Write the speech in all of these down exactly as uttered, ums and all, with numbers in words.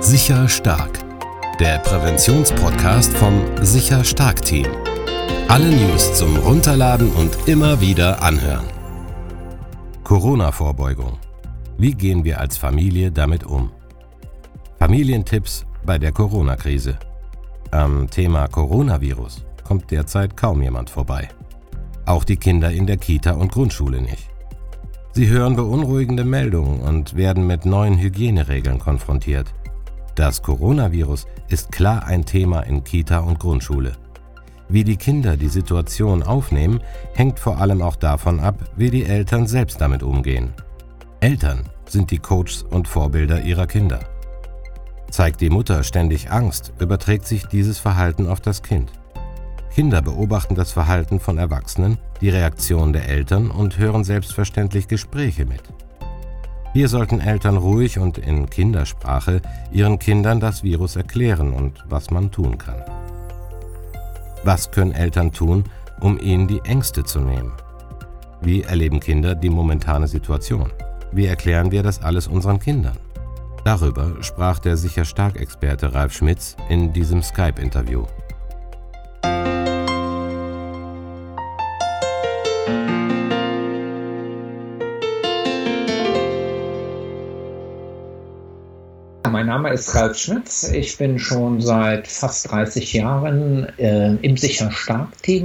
Sicher Stark, der Präventionspodcast vom Sicher Stark Team. Alle News zum Runterladen und immer wieder anhören. Corona-Vorbeugung. Wie gehen wir als Familie damit um? Familientipps bei der Corona-Krise. Am Thema Coronavirus kommt derzeit kaum jemand vorbei. Auch die Kinder in der Kita und Grundschule nicht. Sie hören beunruhigende Meldungen und werden mit neuen Hygieneregeln konfrontiert. Das Coronavirus ist klar ein Thema in Kita und Grundschule. Wie die Kinder die Situation aufnehmen, hängt vor allem auch davon ab, wie die Eltern selbst damit umgehen. Eltern sind die Coaches und Vorbilder ihrer Kinder. Zeigt die Mutter ständig Angst, überträgt sich dieses Verhalten auf das Kind. Kinder beobachten das Verhalten von Erwachsenen, die Reaktion der Eltern und hören selbstverständlich Gespräche mit. Hier sollten Eltern ruhig und in Kindersprache ihren Kindern das Virus erklären und was man tun kann. Was können Eltern tun, um ihnen die Ängste zu nehmen? Wie erleben Kinder die momentane Situation? Wie erklären wir das alles unseren Kindern? Darüber sprach der Sicher Stark-Experte Ralf Schmitz in diesem Skype-Interview. Mein Name ist Ralf Schmitz. Ich bin schon seit fast dreißig Jahren äh, im Sicher Stark Team.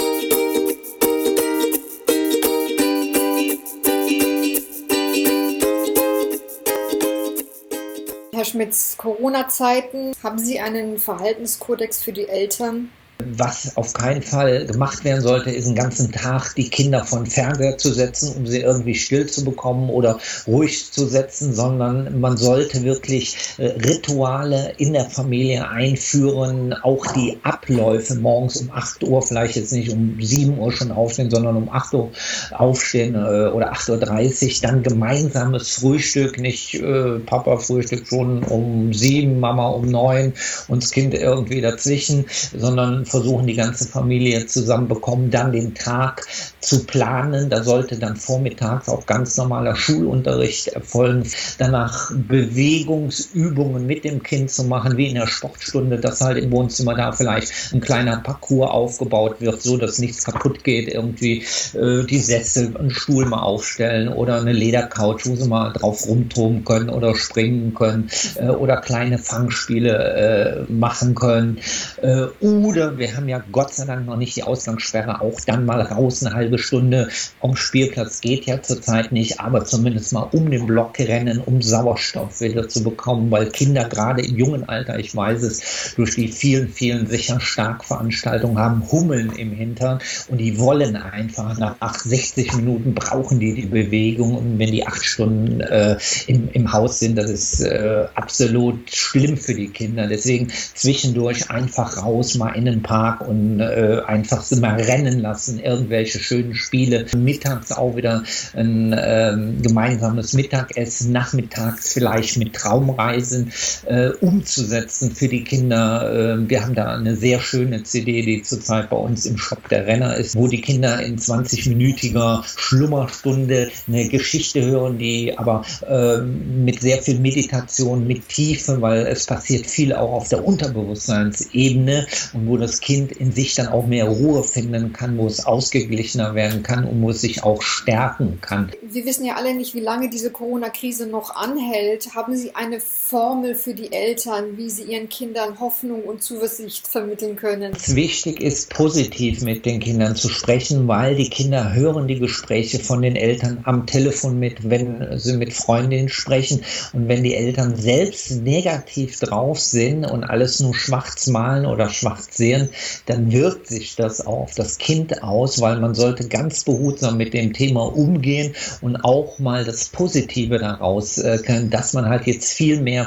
Herr Schmitz, Corona-Zeiten, haben Sie einen Verhaltenskodex für die Eltern? Was auf keinen Fall gemacht werden sollte, ist einen ganzen Tag die Kinder vor den Fernseher zu setzen, um sie irgendwie still zu bekommen oder ruhig zu setzen, sondern man sollte wirklich äh, Rituale in der Familie einführen, auch die Abläufe morgens um acht Uhr, vielleicht jetzt nicht um sieben Uhr schon aufstehen, sondern um acht Uhr aufstehen äh, oder acht Uhr dreißig, dann gemeinsames Frühstück, nicht äh, Papa frühstückt schon um sieben, Mama um neun und das Kind irgendwie dazwischen, sondern versuchen, die ganze Familie zusammenbekommen, dann den Tag zu planen. Da sollte dann vormittags auch ganz normaler Schulunterricht erfolgen. Danach Bewegungsübungen mit dem Kind zu machen, wie in der Sportstunde, dass halt im Wohnzimmer da vielleicht ein kleiner Parcours aufgebaut wird, so dass nichts kaputt geht. Irgendwie äh, die Sessel, einen Stuhl mal aufstellen oder eine Ledercouch, wo sie mal drauf rumtoben können oder springen können äh, oder kleine Fangspiele äh, machen können. Äh, oder wir haben ja Gott sei Dank noch nicht die Ausgangssperre, auch dann mal raus eine halbe Stunde am Spielplatz geht ja zurzeit nicht, aber zumindest mal um den Block rennen, um Sauerstoff wieder zu bekommen, weil Kinder gerade im jungen Alter, ich weiß es, durch die vielen, vielen Sicher Stark Veranstaltungen haben Hummeln im Hintern und die wollen einfach nach sechzig Minuten brauchen die die Bewegung und wenn die acht Stunden äh, im, im Haus sind, das ist äh, absolut schlimm für die Kinder. Deswegen zwischendurch einfach raus, mal in den Park und äh, einfach sie mal rennen lassen, irgendwelche schönen Spiele. Mittags auch wieder ein äh, gemeinsames Mittagessen, nachmittags vielleicht mit Traumreisen äh, umzusetzen für die Kinder. Äh, wir haben da eine sehr schöne C D, die zurzeit bei uns im Shop der Renner ist, wo die Kinder in zwanzig-minütiger Schlummerstunde eine Geschichte hören, die aber äh, mit sehr viel Meditation, mit Tiefe, weil es passiert viel auch auf der Unterbewusstseinsebene und wo das Kind in sich dann auch mehr Ruhe finden kann, wo es ausgeglichener werden kann und wo es sich auch stärken kann. Wir wissen ja alle nicht, wie lange diese Corona-Krise noch anhält. Haben Sie eine Formel für die Eltern, wie sie ihren Kindern Hoffnung und Zuversicht vermitteln können? Wichtig ist, positiv mit den Kindern zu sprechen, weil die Kinder hören die Gespräche von den Eltern am Telefon mit, wenn sie mit Freundinnen sprechen. Und wenn die Eltern selbst negativ drauf sind und alles nur schwarz malen oder schwarz sehen, dann wirkt sich das auch auf das Kind aus, weil man sollte ganz behutsam mit dem Thema umgehen und auch mal das Positive daraus äh, können, dass man halt jetzt viel mehr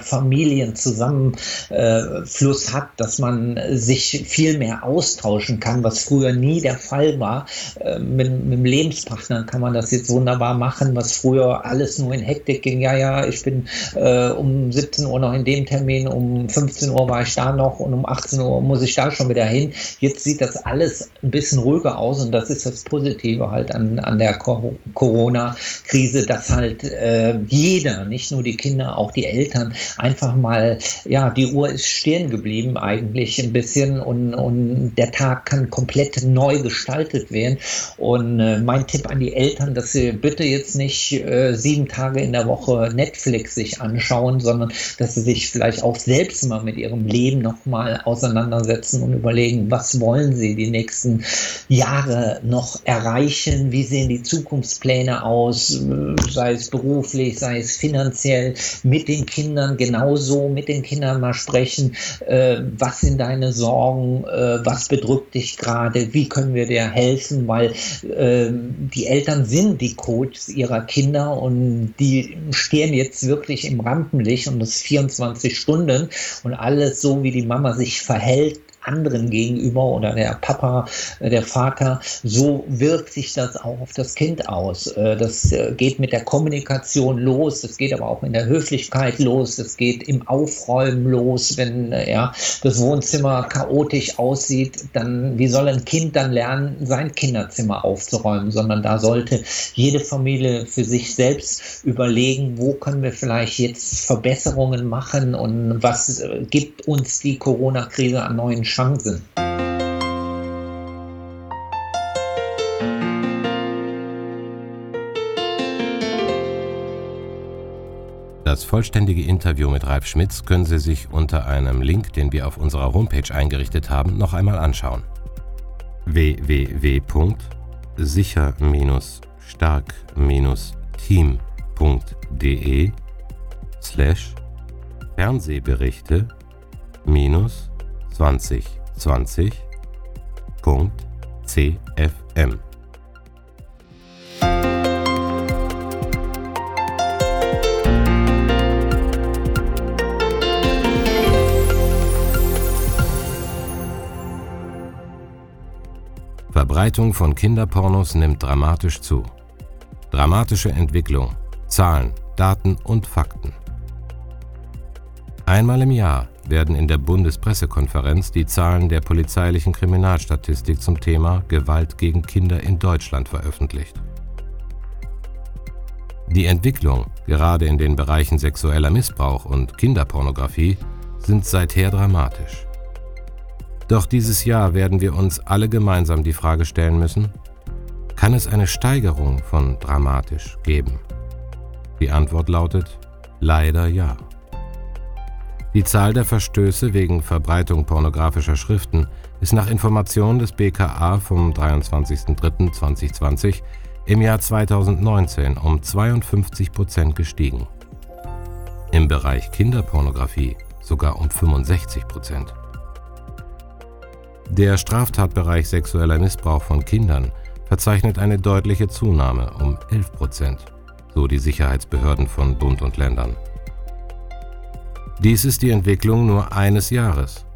Familienzusammenfluss äh, hat, dass man sich viel mehr austauschen kann, was früher nie der Fall war. Äh, mit, mit dem Lebenspartner kann man das jetzt wunderbar machen, was früher alles nur in Hektik ging. Ja, ja, ich bin äh, um siebzehn Uhr noch in dem Termin, um fünfzehn Uhr war ich da noch und um achtzehn Uhr muss ich da schon wieder wieder hin. Jetzt sieht das alles ein bisschen ruhiger aus und das ist das Positive halt an, an der Co- Corona-Krise, dass halt äh, jeder, nicht nur die Kinder, auch die Eltern, einfach mal, ja, die Uhr ist stehen geblieben eigentlich ein bisschen und, und der Tag kann komplett neu gestaltet werden. Und äh, mein Tipp an die Eltern, dass sie bitte jetzt nicht äh, sieben Tage in der Woche Netflix sich anschauen, sondern dass sie sich vielleicht auch selbst mal mit ihrem Leben nochmal auseinandersetzen und überlegen, was wollen sie die nächsten Jahre noch erreichen, wie sehen die Zukunftspläne aus, sei es beruflich, sei es finanziell, mit den Kindern genauso, mit den Kindern mal sprechen, äh, was sind deine Sorgen, äh, was bedrückt dich gerade, wie können wir dir helfen, weil äh, die Eltern sind die Coaches ihrer Kinder und die stehen jetzt wirklich im Rampenlicht und das vierundzwanzig Stunden und alles so, wie die Mama sich verhält, anderen gegenüber oder der Papa, der Vater, so wirkt sich das auch auf das Kind aus. Das geht mit der Kommunikation los, das geht aber auch in der Höflichkeit los, das geht im Aufräumen los, wenn ja, das Wohnzimmer chaotisch aussieht, dann wie soll ein Kind dann lernen, sein Kinderzimmer aufzuräumen, sondern da sollte jede Familie für sich selbst überlegen, wo können wir vielleicht jetzt Verbesserungen machen und was gibt uns die Corona-Krise an neuen Chancen. Das vollständige Interview mit Ralf Schmitz können Sie sich unter einem Link, den wir auf unserer Homepage eingerichtet haben, noch einmal anschauen. w w w punkt sicher stark team punkt de slash Fernsehberichte minus zwanzig zwanzig punkt c f m. Verbreitung von Kinderpornos nimmt dramatisch zu. Dramatische Entwicklung, Zahlen, Daten und Fakten. Einmal im Jahr werden in der Bundespressekonferenz die Zahlen der polizeilichen Kriminalstatistik zum Thema Gewalt gegen Kinder in Deutschland veröffentlicht. Die Entwicklung, gerade in den Bereichen sexueller Missbrauch und Kinderpornografie, sind seither dramatisch. Doch dieses Jahr werden wir uns alle gemeinsam die Frage stellen müssen: Kann es eine Steigerung von dramatisch geben? Die Antwort lautet: leider ja. Die Zahl der Verstöße wegen Verbreitung pornografischer Schriften ist nach Informationen des B K A vom dreiundzwanzigsten dritten zweitausendzwanzig im Jahr zweitausendneunzehn um zweiundfünfzig Prozent gestiegen. Im Bereich Kinderpornografie sogar um fünfundsechzig Prozent. Der Straftatbereich sexueller Missbrauch von Kindern verzeichnet eine deutliche Zunahme um elf Prozent, so die Sicherheitsbehörden von Bund und Ländern. Dies ist die Entwicklung nur eines Jahres.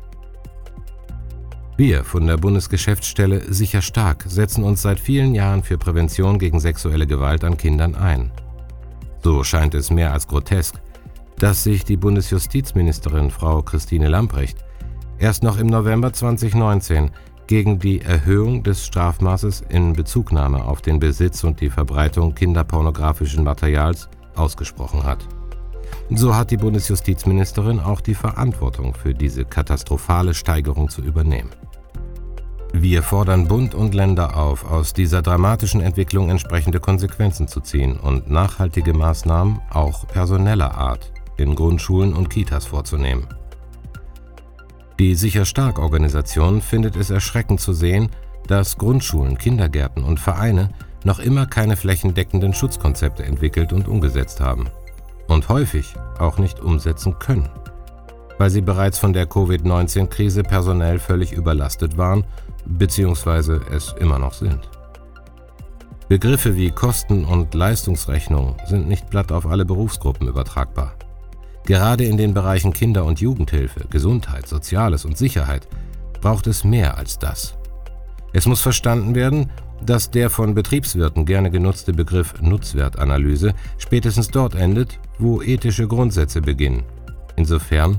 Wir von der Bundesgeschäftsstelle Sicher Stark setzen uns seit vielen Jahren für Prävention gegen sexuelle Gewalt an Kindern ein. So scheint es mehr als grotesk, dass sich die Bundesjustizministerin Frau Christine Lambrecht erst noch im November zweitausendneunzehn gegen die Erhöhung des Strafmaßes in Bezugnahme auf den Besitz und die Verbreitung kinderpornografischen Materials ausgesprochen hat. So hat die Bundesjustizministerin auch die Verantwortung für diese katastrophale Steigerung zu übernehmen. Wir fordern Bund und Länder auf, aus dieser dramatischen Entwicklung entsprechende Konsequenzen zu ziehen und nachhaltige Maßnahmen, auch personeller Art, in Grundschulen und Kitas vorzunehmen. Die Sicher Stark-Organisation findet es erschreckend zu sehen, dass Grundschulen, Kindergärten und Vereine noch immer keine flächendeckenden Schutzkonzepte entwickelt und umgesetzt haben und häufig auch nicht umsetzen können, weil sie bereits von der Covid neunzehn Krise personell völlig überlastet waren bzw. es immer noch sind. Begriffe wie Kosten- und Leistungsrechnung sind nicht glatt auf alle Berufsgruppen übertragbar. Gerade in den Bereichen Kinder- und Jugendhilfe, Gesundheit, Soziales und Sicherheit braucht es mehr als das. Es muss verstanden werden, dass der von Betriebswirten gerne genutzte Begriff Nutzwertanalyse spätestens dort endet, wo ethische Grundsätze beginnen. Insofern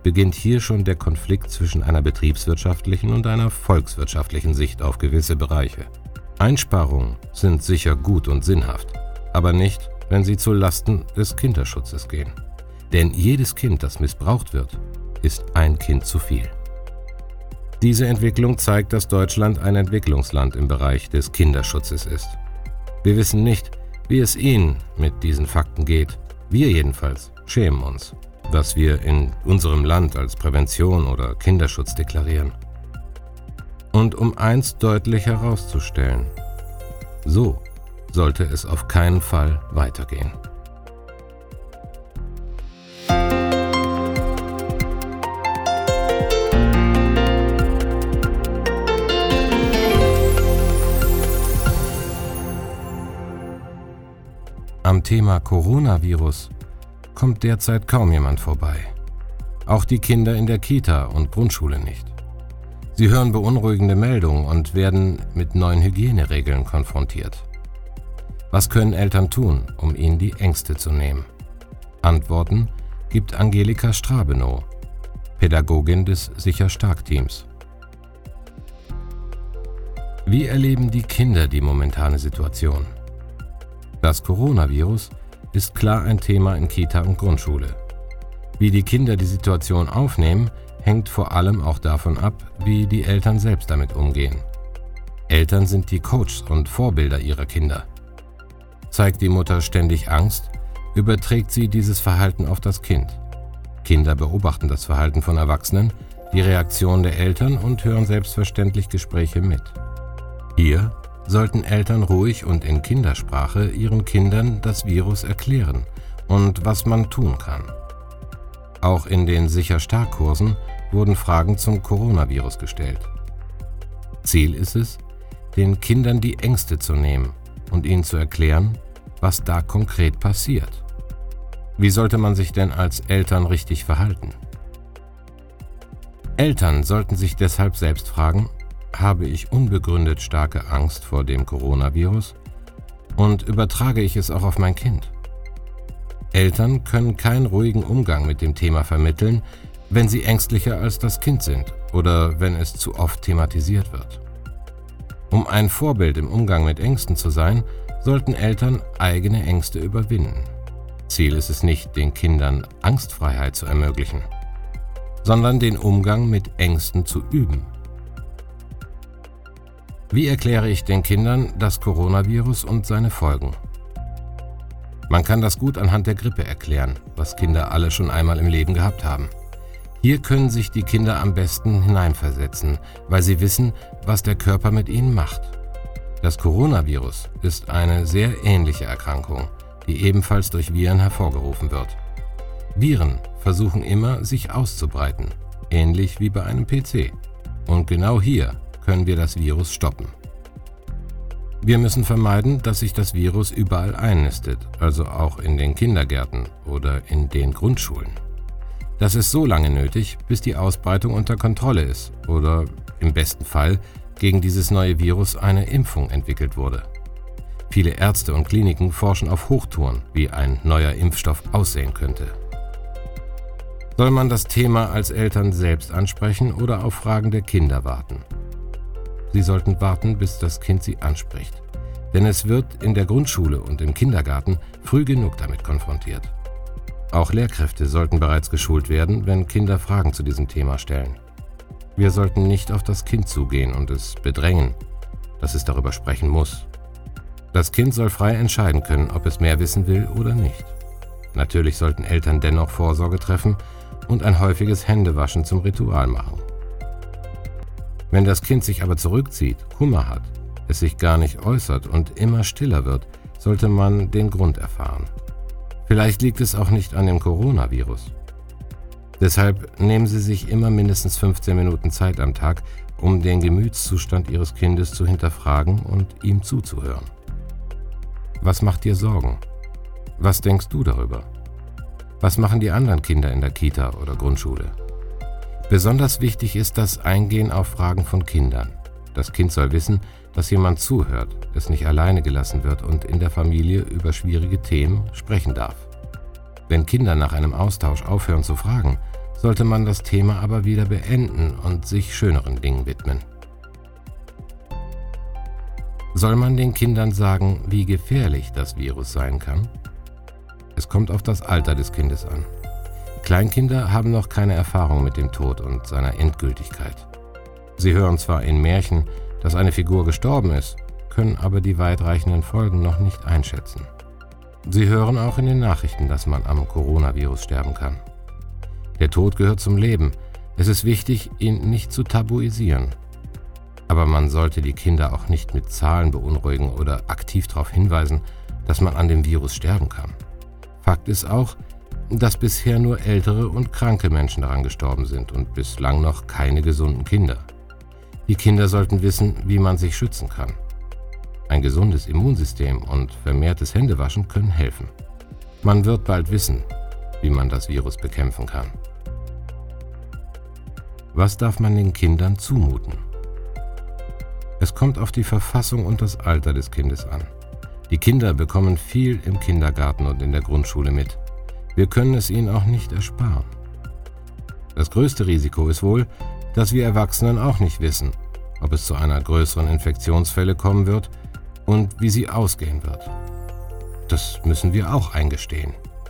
beginnt hier schon der Konflikt zwischen einer betriebswirtschaftlichen und einer volkswirtschaftlichen Sicht auf gewisse Bereiche. Einsparungen sind sicher gut und sinnhaft, aber nicht, wenn sie zu Lasten des Kinderschutzes gehen. Denn jedes Kind, das missbraucht wird, ist ein Kind zu viel. Diese Entwicklung zeigt, dass Deutschland ein Entwicklungsland im Bereich des Kinderschutzes ist. Wir wissen nicht, wie es Ihnen mit diesen Fakten geht. Wir jedenfalls schämen uns, was wir in unserem Land als Prävention oder Kinderschutz deklarieren. Und um eins deutlich herauszustellen: So sollte es auf keinen Fall weitergehen. Am Thema Coronavirus kommt derzeit kaum jemand vorbei. Auch die Kinder in der Kita und Grundschule nicht. Sie hören beunruhigende Meldungen und werden mit neuen Hygieneregeln konfrontiert. Was können Eltern tun, um ihnen die Ängste zu nehmen? Antworten gibt Angelika Strabenow, Pädagogin des Sicher-Stark-Teams. Wie erleben die Kinder die momentane Situation? Das Coronavirus ist klar ein Thema in Kita und Grundschule. Wie die Kinder die Situation aufnehmen, hängt vor allem auch davon ab, wie die Eltern selbst damit umgehen. Eltern sind die Coaches und Vorbilder ihrer Kinder. Zeigt die Mutter ständig Angst, überträgt sie dieses Verhalten auf das Kind. Kinder beobachten das Verhalten von Erwachsenen, die Reaktion der Eltern und hören selbstverständlich Gespräche mit. Hier sollten Eltern ruhig und in Kindersprache ihren Kindern das Virus erklären und was man tun kann. Auch in den Sicher-Stark-Kursen wurden Fragen zum Coronavirus gestellt. Ziel ist es, den Kindern die Ängste zu nehmen und ihnen zu erklären, was da konkret passiert. Wie sollte man sich denn als Eltern richtig verhalten? Eltern sollten sich deshalb selbst fragen: Habe ich unbegründet starke Angst vor dem Coronavirus und übertrage ich es auch auf mein Kind? Eltern können keinen ruhigen Umgang mit dem Thema vermitteln, wenn sie ängstlicher als das Kind sind oder wenn es zu oft thematisiert wird. Um ein Vorbild im Umgang mit Ängsten zu sein, sollten Eltern eigene Ängste überwinden. Ziel ist es nicht, den Kindern Angstfreiheit zu ermöglichen, sondern den Umgang mit Ängsten zu üben. Wie erkläre ich den Kindern das Coronavirus und seine Folgen? Man kann das gut anhand der Grippe erklären, was Kinder alle schon einmal im Leben gehabt haben. Hier können sich die Kinder am besten hineinversetzen, weil sie wissen, was der Körper mit ihnen macht. Das Coronavirus ist eine sehr ähnliche Erkrankung, die ebenfalls durch Viren hervorgerufen wird. Viren versuchen immer, sich auszubreiten, ähnlich wie bei einem P C. Und genau hier können wir das Virus stoppen. Wir müssen vermeiden, dass sich das Virus überall einnistet, also auch in den Kindergärten oder in den Grundschulen. Das ist so lange nötig, bis die Ausbreitung unter Kontrolle ist oder im besten Fall gegen dieses neue Virus eine Impfung entwickelt wurde. Viele Ärzte und Kliniken forschen auf Hochtouren, wie ein neuer Impfstoff aussehen könnte. Soll man das Thema als Eltern selbst ansprechen oder auf Fragen der Kinder warten? Sie sollten warten, bis das Kind sie anspricht. Denn es wird in der Grundschule und im Kindergarten früh genug damit konfrontiert. Auch Lehrkräfte sollten bereits geschult werden, wenn Kinder Fragen zu diesem Thema stellen. Wir sollten nicht auf das Kind zugehen und es bedrängen, dass es darüber sprechen muss. Das Kind soll frei entscheiden können, ob es mehr wissen will oder nicht. Natürlich sollten Eltern dennoch Vorsorge treffen und ein häufiges Händewaschen zum Ritual machen. Wenn das Kind sich aber zurückzieht, Kummer hat, es sich gar nicht äußert und immer stiller wird, sollte man den Grund erfahren. Vielleicht liegt es auch nicht an dem Coronavirus. Deshalb nehmen Sie sich immer mindestens fünfzehn Minuten Zeit am Tag, um den Gemütszustand Ihres Kindes zu hinterfragen und ihm zuzuhören. Was macht dir Sorgen? Was denkst du darüber? Was machen die anderen Kinder in der Kita oder Grundschule? Besonders wichtig ist das Eingehen auf Fragen von Kindern. Das Kind soll wissen, dass jemand zuhört, es nicht alleine gelassen wird und in der Familie über schwierige Themen sprechen darf. Wenn Kinder nach einem Austausch aufhören zu fragen, sollte man das Thema aber wieder beenden und sich schöneren Dingen widmen. Soll man den Kindern sagen, wie gefährlich das Virus sein kann? Es kommt auf das Alter des Kindes an. Kleinkinder haben noch keine Erfahrung mit dem Tod und seiner Endgültigkeit. Sie hören zwar in Märchen, dass eine Figur gestorben ist, können aber die weitreichenden Folgen noch nicht einschätzen. Sie hören auch in den Nachrichten, dass man am Coronavirus sterben kann. Der Tod gehört zum Leben. Es ist wichtig, ihn nicht zu tabuisieren. Aber man sollte die Kinder auch nicht mit Zahlen beunruhigen oder aktiv darauf hinweisen, dass man an dem Virus sterben kann. Fakt ist auch, dass bisher nur ältere und kranke Menschen daran gestorben sind und bislang noch keine gesunden Kinder. Die Kinder sollten wissen, wie man sich schützen kann. Ein gesundes Immunsystem und vermehrtes Händewaschen können helfen. Man wird bald wissen, wie man das Virus bekämpfen kann. Was darf man den Kindern zumuten? Es kommt auf die Verfassung und das Alter des Kindes an. Die Kinder bekommen viel im Kindergarten und in der Grundschule mit. Wir können es ihnen auch nicht ersparen. Das größte Risiko ist wohl, dass wir Erwachsenen auch nicht wissen, ob es zu einer größeren Infektionswelle kommen wird und wie sie ausgehen wird. Das müssen wir auch eingestehen.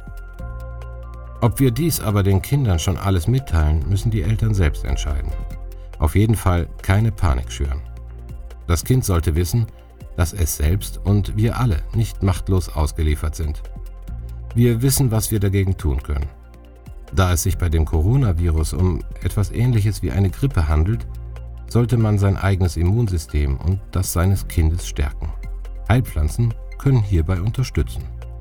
Ob wir dies aber den Kindern schon alles mitteilen, müssen die Eltern selbst entscheiden. Auf jeden Fall keine Panik schüren. Das Kind sollte wissen, dass es selbst und wir alle nicht machtlos ausgeliefert sind. Wir wissen, was wir dagegen tun können. Da es sich bei dem Coronavirus um etwas Ähnliches wie eine Grippe handelt, sollte man sein eigenes Immunsystem und das seines Kindes stärken. Heilpflanzen können hierbei unterstützen.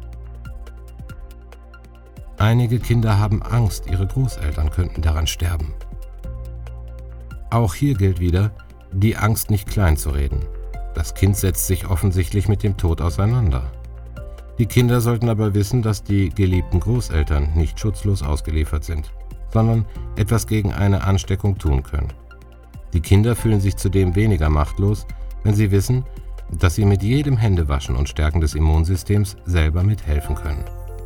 Einige Kinder haben Angst, ihre Großeltern könnten daran sterben. Auch hier gilt wieder, die Angst nicht klein zu reden. Das Kind setzt sich offensichtlich mit dem Tod auseinander. Die Kinder sollten aber wissen, dass die geliebten Großeltern nicht schutzlos ausgeliefert sind, sondern etwas gegen eine Ansteckung tun können. Die Kinder fühlen sich zudem weniger machtlos, wenn sie wissen, dass sie mit jedem Händewaschen und Stärken des Immunsystems selber mithelfen können.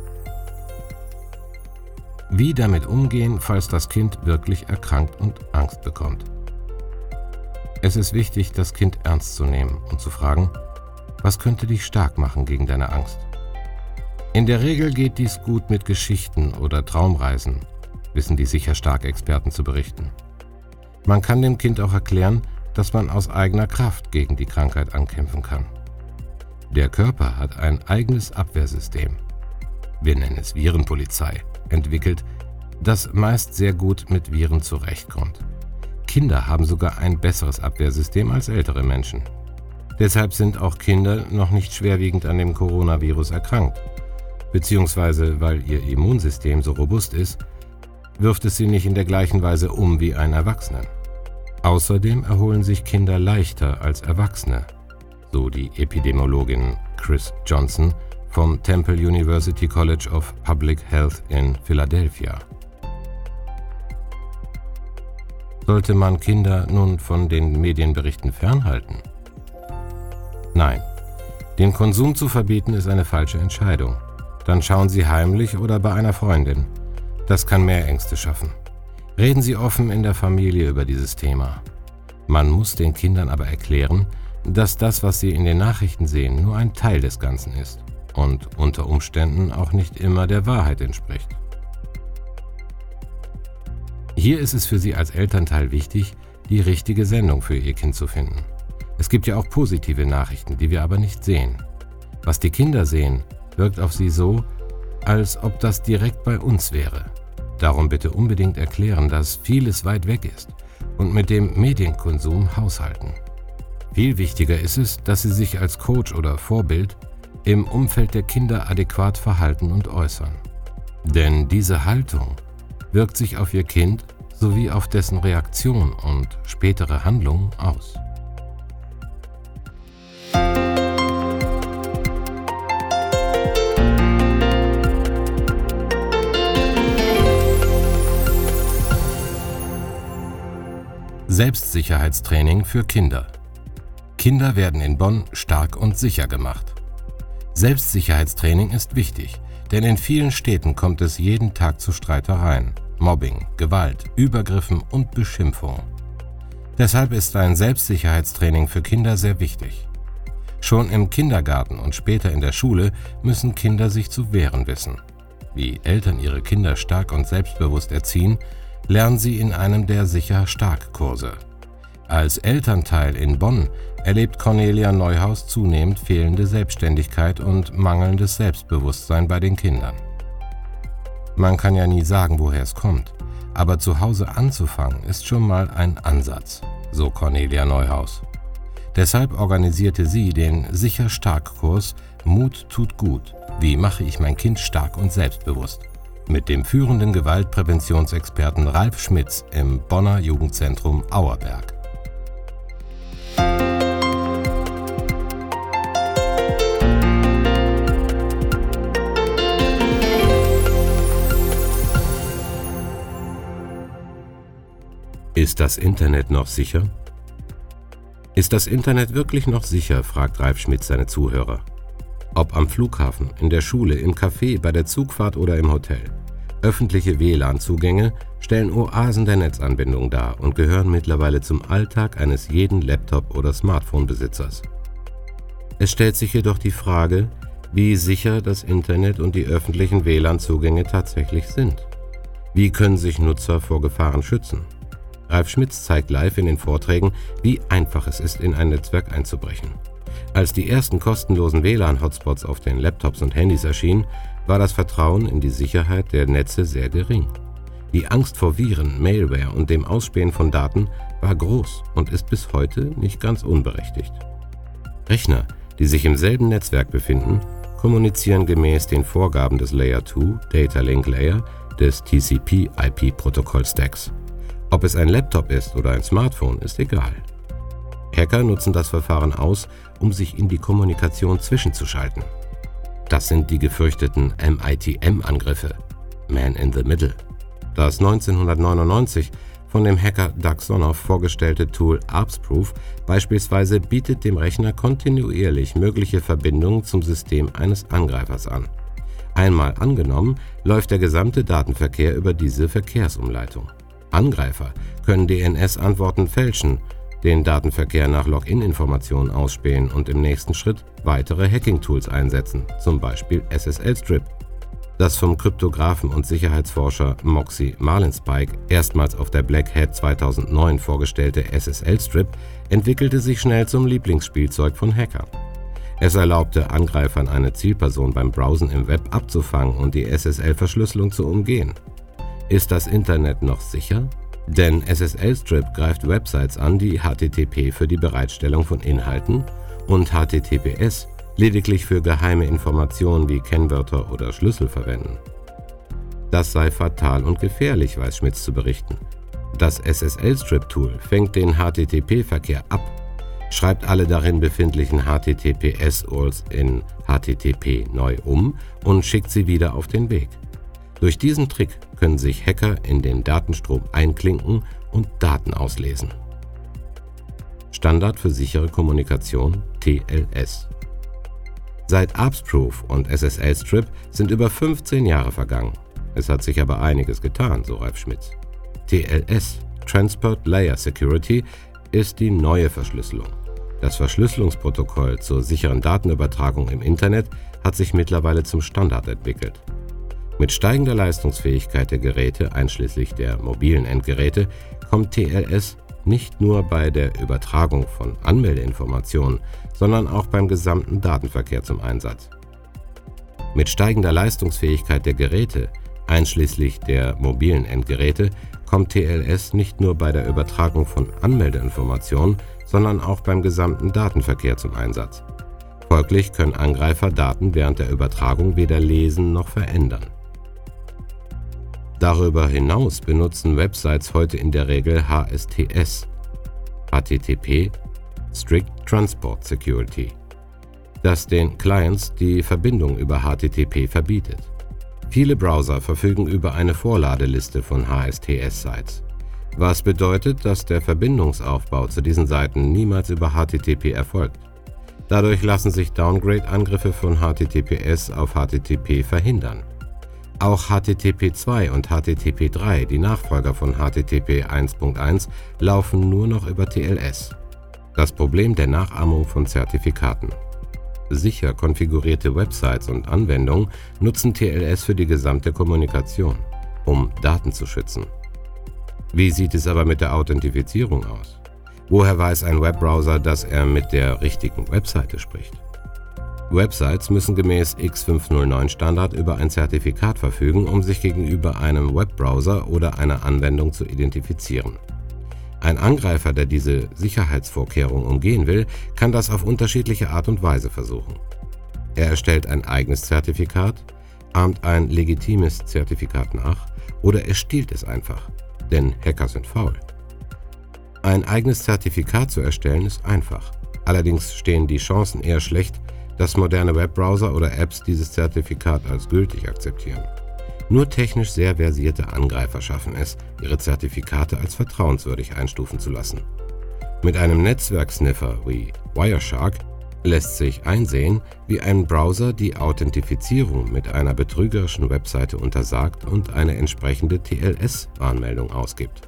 Wie damit umgehen, falls das Kind wirklich erkrankt und Angst bekommt? Es ist wichtig, das Kind ernst zu nehmen und zu fragen, was könnte dich stark machen gegen deine Angst? In der Regel geht dies gut mit Geschichten oder Traumreisen, wissen die sicher stark Experten zu berichten. Man kann dem Kind auch erklären, dass man aus eigener Kraft gegen die Krankheit ankämpfen kann. Der Körper hat ein eigenes Abwehrsystem, wir nennen es Virenpolizei, entwickelt, das meist sehr gut mit Viren zurechtkommt. Kinder haben sogar ein besseres Abwehrsystem als ältere Menschen. Deshalb sind auch Kinder noch nicht schwerwiegend an dem Coronavirus erkrankt. Beziehungsweise, weil ihr Immunsystem so robust ist, wirft es sie nicht in der gleichen Weise um wie einen Erwachsenen. Außerdem erholen sich Kinder leichter als Erwachsene, so die Epidemiologin Chris Johnson vom Temple University College of Public Health in Philadelphia. Sollte man Kinder nun von den Medienberichten fernhalten? Nein, den Konsum zu verbieten ist eine falsche Entscheidung. Dann schauen Sie heimlich oder bei einer Freundin. Das kann mehr Ängste schaffen. Reden Sie offen in der Familie über dieses Thema. Man muss den Kindern aber erklären, dass das, was sie in den Nachrichten sehen, nur ein Teil des Ganzen ist und unter Umständen auch nicht immer der Wahrheit entspricht. Hier ist es für Sie als Elternteil wichtig, die richtige Sendung für Ihr Kind zu finden. Es gibt ja auch positive Nachrichten, die wir aber nicht sehen. Was die Kinder sehen, wirkt auf sie so, als ob das direkt bei uns wäre. Darum bitte unbedingt erklären, dass vieles weit weg ist und mit dem Medienkonsum haushalten. Viel wichtiger ist es, dass Sie sich als Coach oder Vorbild im Umfeld der Kinder adäquat verhalten und äußern. Denn diese Haltung wirkt sich auf Ihr Kind sowie auf dessen Reaktion und spätere Handlungen aus. Selbstsicherheitstraining für Kinder. Kinder werden in Bonn stark und sicher gemacht. Selbstsicherheitstraining ist wichtig, denn in vielen Städten kommt es jeden Tag zu Streitereien, Mobbing, Gewalt, Übergriffen und Beschimpfungen. Deshalb ist ein Selbstsicherheitstraining für Kinder sehr wichtig. Schon im Kindergarten und später in der Schule müssen Kinder sich zu wehren wissen. Wie Eltern ihre Kinder stark und selbstbewusst erziehen, lernen sie in einem der Sicher-Stark-Kurse. Als Elternteil in Bonn erlebt Cornelia Neuhaus zunehmend fehlende Selbstständigkeit und mangelndes Selbstbewusstsein bei den Kindern. Man kann ja nie sagen, woher es kommt, aber zu Hause anzufangen ist schon mal ein Ansatz, so Cornelia Neuhaus. Deshalb organisierte sie den Sicher-Stark-Kurs Mut tut gut. Wie mache ich mein Kind stark und selbstbewusst? Mit dem führenden Gewaltpräventionsexperten Ralf Schmitz im Bonner Jugendzentrum Auerberg. Ist das Internet noch sicher? Ist das Internet wirklich noch sicher, fragt Ralf Schmitz seine Zuhörer. Ob am Flughafen, in der Schule, im Café, bei der Zugfahrt oder im Hotel. Öffentliche W L A N-Zugänge stellen Oasen der Netzanbindung dar und gehören mittlerweile zum Alltag eines jeden Laptop- oder Smartphone-Besitzers. Es stellt sich jedoch die Frage, wie sicher das Internet und die öffentlichen W L A N-Zugänge tatsächlich sind. Wie können sich Nutzer vor Gefahren schützen? Ralf Schmitz zeigt live in den Vorträgen, wie einfach es ist, in ein Netzwerk einzubrechen. Als die ersten kostenlosen W L A N-Hotspots auf den Laptops und Handys erschienen, war das Vertrauen in die Sicherheit der Netze sehr gering. Die Angst vor Viren, Malware und dem Ausspähen von Daten war groß und ist bis heute nicht ganz unberechtigt. Rechner, die sich im selben Netzwerk befinden, kommunizieren gemäß den Vorgaben des Layer zwei Data Link Layer des T C P I P-Protokoll-Stacks. Ob es ein Laptop ist oder ein Smartphone, ist egal. Hacker nutzen das Verfahren aus, um sich in die Kommunikation zwischenzuschalten. Das sind die gefürchteten M I T M-Angriffe, Man in the Middle. Das neunzehnhundertneunundneunzig von dem Hacker Doug Sonoff vorgestellte Tool Arbsproof beispielsweise bietet dem Rechner kontinuierlich mögliche Verbindungen zum System eines Angreifers an. Einmal angenommen, läuft der gesamte Datenverkehr über diese Verkehrsumleitung. Angreifer können D N S-Antworten fälschen, den Datenverkehr nach Login-Informationen ausspähen und im nächsten Schritt weitere Hacking-Tools einsetzen, zum Beispiel S S L-Strip. Das vom Kryptografen und Sicherheitsforscher Moxie Marlinspike erstmals auf der Black Hat zweitausendneun vorgestellte S S L-Strip entwickelte sich schnell zum Lieblingsspielzeug von Hackern. Es erlaubte Angreifern, eine Zielperson beim Browsen im Web abzufangen und die S S L-Verschlüsselung zu umgehen. Ist das Internet noch sicher? Denn S S L-Strip greift Websites an, die H T T P für die Bereitstellung von Inhalten und H T T P S lediglich für geheime Informationen wie Kennwörter oder Schlüssel verwenden. Das sei fatal und gefährlich, weiß Schmitz zu berichten. Das S S L-Strip-Tool fängt den H T T P-Verkehr ab, schreibt alle darin befindlichen H T T P S U R Ls in H T T P neu um und schickt sie wieder auf den Weg. Durch diesen Trick können sich Hacker in den Datenstrom einklinken und Daten auslesen. Standard für sichere Kommunikation T L S. Seit Arbsproof und S S L-Strip sind über fünfzehn Jahre vergangen. Es hat sich aber einiges getan, so Ralf Schmitz. T L S, Transport Layer Security, ist die neue Verschlüsselung. Das Verschlüsselungsprotokoll zur sicheren Datenübertragung im Internet hat sich mittlerweile zum Standard entwickelt. Mit steigender Leistungsfähigkeit der Geräte, einschließlich der mobilen Endgeräte, kommt T L S nicht nur bei der Übertragung von Anmeldeinformationen, sondern auch beim gesamten Datenverkehr zum Einsatz. Mit steigender Leistungsfähigkeit der Geräte, einschließlich der mobilen Endgeräte, kommt T L S nicht nur bei der Übertragung von Anmeldeinformationen, sondern auch beim gesamten Datenverkehr zum Einsatz. Folglich können Angreifer Daten während der Übertragung weder lesen noch verändern. Darüber hinaus benutzen Websites heute in der Regel H S T S, H T T P, Strict Transport Security, das den Clients die Verbindung über H T T P verbietet. Viele Browser verfügen über eine Vorladeliste von H S T S-Sites, was bedeutet, dass der Verbindungsaufbau zu diesen Seiten niemals über H T T P erfolgt. Dadurch lassen sich Downgrade-Angriffe von H T T P S auf H T T P verhindern. Auch H T T P zwei und H T T P drei, die Nachfolger von H T T P eins Punkt eins, laufen nur noch über T L S. Das Problem der Nachahmung von Zertifikaten. Sicher konfigurierte Websites und Anwendungen nutzen T L S für die gesamte Kommunikation, um Daten zu schützen. Wie sieht es aber mit der Authentifizierung aus? Woher weiß ein Webbrowser, dass er mit der richtigen Webseite spricht? Websites müssen gemäß X fünf null neun Standard über ein Zertifikat verfügen, um sich gegenüber einem Webbrowser oder einer Anwendung zu identifizieren. Ein Angreifer, der diese Sicherheitsvorkehrung umgehen will, kann das auf unterschiedliche Art und Weise versuchen. Er erstellt ein eigenes Zertifikat, ahmt ein legitimes Zertifikat nach oder er stiehlt es einfach, denn Hacker sind faul. Ein eigenes Zertifikat zu erstellen ist einfach, allerdings stehen die Chancen eher schlecht, dass moderne Webbrowser oder Apps dieses Zertifikat als gültig akzeptieren. Nur technisch sehr versierte Angreifer schaffen es, ihre Zertifikate als vertrauenswürdig einstufen zu lassen. Mit einem Netzwerksniffer wie Wireshark lässt sich einsehen, wie ein Browser die Authentifizierung mit einer betrügerischen Webseite untersagt und eine entsprechende T L S-Warnmeldung ausgibt.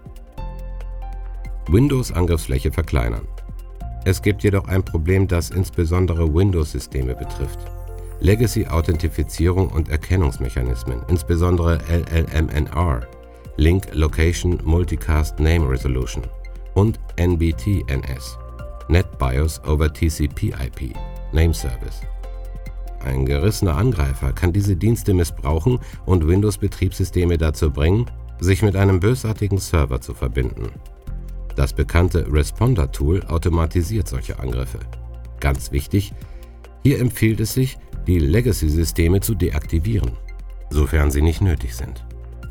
Windows-Angriffsfläche verkleinern. Es gibt jedoch ein Problem, das insbesondere Windows-Systeme betrifft. Legacy-Authentifizierung und Erkennungsmechanismen, insbesondere L L M N R, Link Location Multicast Name Resolution und N B T N S, NetBIOS over T C P I P, Name Service. Ein gerissener Angreifer kann diese Dienste missbrauchen und Windows-Betriebssysteme dazu bringen, sich mit einem bösartigen Server zu verbinden. Das bekannte Responder-Tool automatisiert solche Angriffe. Ganz wichtig, hier empfiehlt es sich, die Legacy-Systeme zu deaktivieren, sofern sie nicht nötig sind.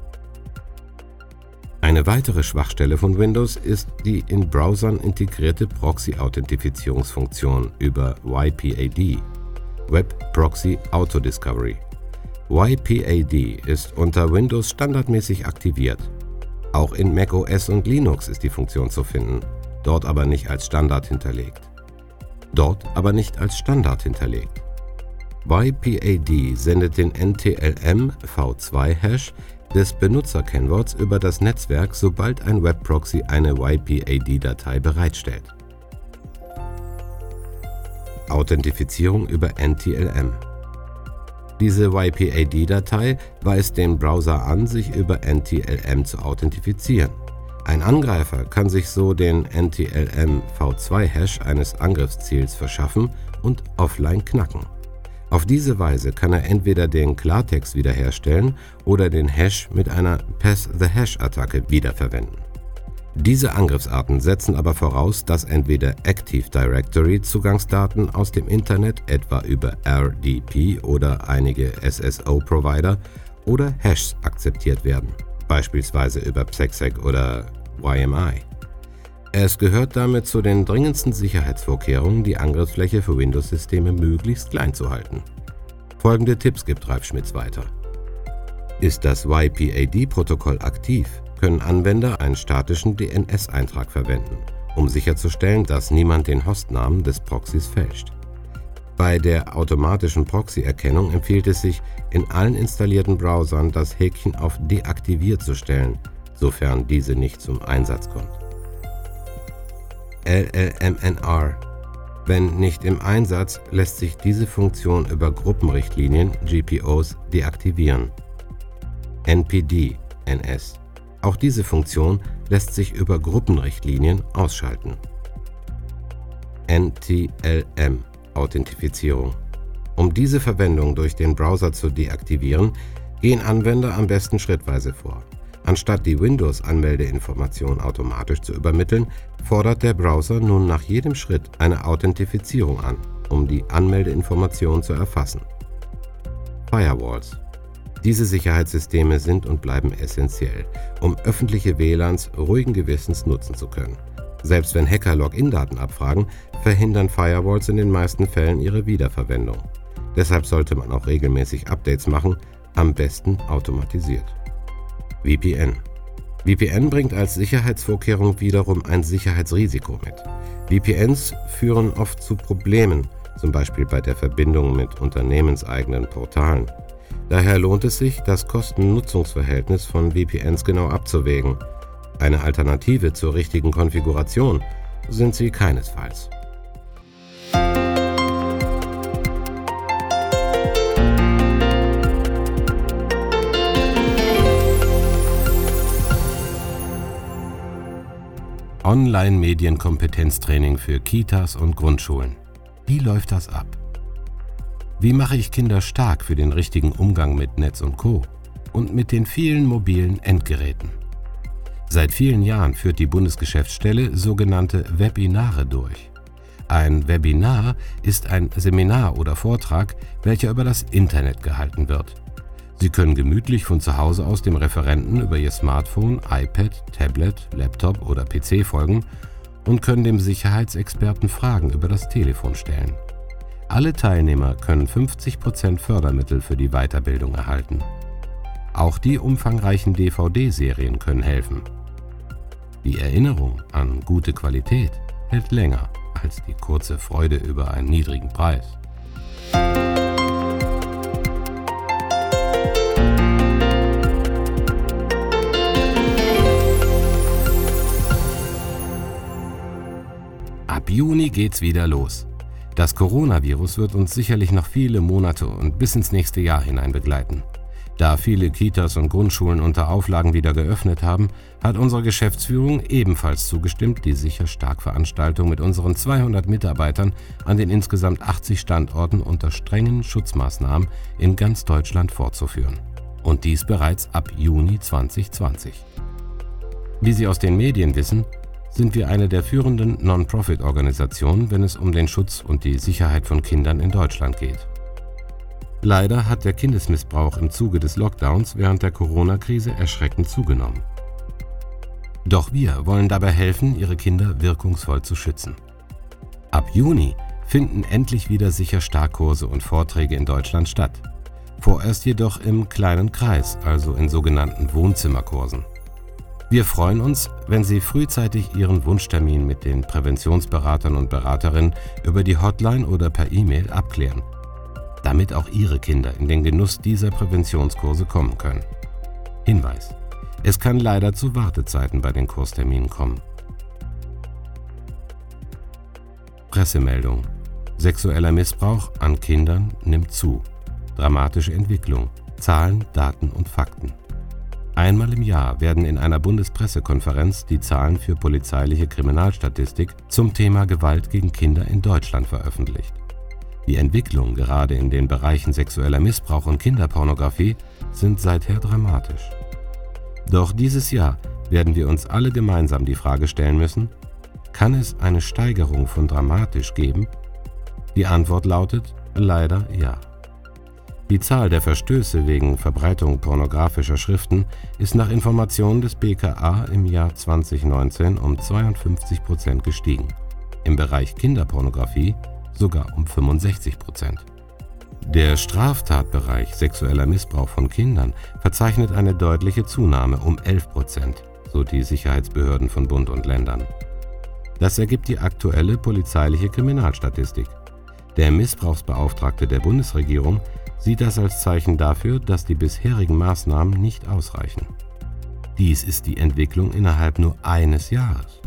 Eine weitere Schwachstelle von Windows ist die in Browsern integrierte Proxy-Authentifizierungsfunktion über Y P A D, Web Proxy Auto Discovery. Y P A D ist unter Windows standardmäßig aktiviert. Auch in macOS und Linux ist die Funktion zu finden, dort aber nicht als Standard hinterlegt. Dort aber nicht als Standard hinterlegt. Y P A D sendet den N T L M V zwei Hash des Benutzerkennworts über das Netzwerk, sobald ein Webproxy eine Y P A D-Datei bereitstellt. Authentifizierung über N T L M. Diese Y P A D-Datei weist den Browser an, sich über N T L M zu authentifizieren. Ein Angreifer kann sich so den N T L M V zwei Hash eines Angriffsziels verschaffen und offline knacken. Auf diese Weise kann er entweder den Klartext wiederherstellen oder den Hash mit einer Pass-the-Hash-Attacke wiederverwenden. Diese Angriffsarten setzen aber voraus, dass entweder Active Directory Zugangsdaten aus dem Internet, etwa über R D P oder einige S S O-Provider, oder Hashs akzeptiert werden, beispielsweise über PSECSEC oder Y M I. Es gehört damit zu den dringendsten Sicherheitsvorkehrungen, die Angriffsfläche für Windows-Systeme möglichst klein zu halten. Folgende Tipps gibt Ralf Schmitz weiter. Ist das Y P A D-Protokoll aktiv, können Anwender einen statischen D N S-Eintrag verwenden, um sicherzustellen, dass niemand den Hostnamen des Proxys fälscht. Bei der automatischen Proxy-Erkennung empfiehlt es sich, in allen installierten Browsern das Häkchen auf Deaktiviert zu stellen, sofern diese nicht zum Einsatz kommt. L L M N R. Wenn nicht im Einsatz, lässt sich diese Funktion über Gruppenrichtlinien G P Os deaktivieren. N P D N S. Auch diese Funktion lässt sich über Gruppenrichtlinien ausschalten. N T L M Authentifizierung. Um diese Verwendung durch den Browser zu deaktivieren, gehen Anwender am besten schrittweise vor. Anstatt die Windows-Anmeldeinformation automatisch zu übermitteln, fordert der Browser nun nach jedem Schritt eine Authentifizierung an, um die Anmeldeinformation zu erfassen. Firewalls. Diese Sicherheitssysteme sind und bleiben essentiell, um öffentliche W L A Ns ruhigen Gewissens nutzen zu können. Selbst wenn Hacker Login-Daten abfragen, verhindern Firewalls in den meisten Fällen ihre Wiederverwendung. Deshalb sollte man auch regelmäßig Updates machen, am besten automatisiert. V P N. V P N bringt als Sicherheitsvorkehrung wiederum ein Sicherheitsrisiko mit. V P Ns führen oft zu Problemen, zum Beispiel bei der Verbindung mit unternehmenseigenen Portalen. Daher lohnt es sich, das Kosten-Nutzungsverhältnis von V P Ns genau abzuwägen. Eine Alternative zur richtigen Konfiguration sind sie keinesfalls. Online-Medienkompetenztraining für Kitas und Grundschulen. Wie läuft das ab? Wie mache ich Kinder stark für den richtigen Umgang mit Netz und Co. und mit den vielen mobilen Endgeräten? Seit vielen Jahren führt die Bundesgeschäftsstelle sogenannte Webinare durch. Ein Webinar ist ein Seminar oder Vortrag, welcher über das Internet gehalten wird. Sie können gemütlich von zu Hause aus dem Referenten über Ihr Smartphone, iPad, Tablet, Laptop oder P C folgen und können dem Sicherheitsexperten Fragen über das Telefon stellen. Alle Teilnehmer können fünfzig Prozent Fördermittel für die Weiterbildung erhalten. Auch die umfangreichen D V D-Serien können helfen. Die Erinnerung an gute Qualität hält länger als die kurze Freude über einen niedrigen Preis. Ab Juni geht's wieder los. Das Coronavirus wird uns sicherlich noch viele Monate und bis ins nächste Jahr hinein begleiten. Da viele Kitas und Grundschulen unter Auflagen wieder geöffnet haben, hat unsere Geschäftsführung ebenfalls zugestimmt, die Sicher-Stark-Veranstaltung mit unseren zweihundert Mitarbeitern an den insgesamt achtzig Standorten unter strengen Schutzmaßnahmen in ganz Deutschland fortzuführen. Und dies bereits ab Juni zwanzig zwanzig. Wie Sie aus den Medien wissen, sind wir eine der führenden Non-Profit-Organisationen, wenn es um den Schutz und die Sicherheit von Kindern in Deutschland geht. Leider hat der Kindesmissbrauch im Zuge des Lockdowns während der Corona-Krise erschreckend zugenommen. Doch wir wollen dabei helfen, Ihre Kinder wirkungsvoll zu schützen. Ab Juni finden endlich wieder Sicher-Stark-Kurse und Vorträge in Deutschland statt. Vorerst jedoch im kleinen Kreis, also in sogenannten Wohnzimmerkursen. Wir freuen uns, wenn Sie frühzeitig Ihren Wunschtermin mit den Präventionsberatern und Beraterinnen über die Hotline oder per E-Mail abklären, damit auch Ihre Kinder in den Genuss dieser Präventionskurse kommen können. Hinweis: Es kann leider zu Wartezeiten bei den Kursterminen kommen. Pressemeldung: Sexueller Missbrauch an Kindern nimmt zu. Dramatische Entwicklung. Zahlen, Daten und Fakten. Einmal im Jahr werden in einer Bundespressekonferenz die Zahlen für polizeiliche Kriminalstatistik zum Thema Gewalt gegen Kinder in Deutschland veröffentlicht. Die Entwicklungen gerade in den Bereichen sexueller Missbrauch und Kinderpornografie sind seither dramatisch. Doch dieses Jahr werden wir uns alle gemeinsam die Frage stellen müssen: Kann es eine Steigerung von dramatisch geben? Die Antwort lautet leider ja. Die Zahl der Verstöße wegen Verbreitung pornografischer Schriften ist nach Informationen des B K A im Jahr zwanzig neunzehn um zweiundfünfzig Prozent gestiegen. Im Bereich Kinderpornografie sogar um fünfundsechzig Prozent. Der Straftatbereich sexueller Missbrauch von Kindern verzeichnet eine deutliche Zunahme um elf Prozent, so die Sicherheitsbehörden von Bund und Ländern. Das ergibt die aktuelle polizeiliche Kriminalstatistik. Der Missbrauchsbeauftragte der Bundesregierung sieht das als Zeichen dafür, dass die bisherigen Maßnahmen nicht ausreichen. Dies ist die Entwicklung innerhalb nur eines Jahres.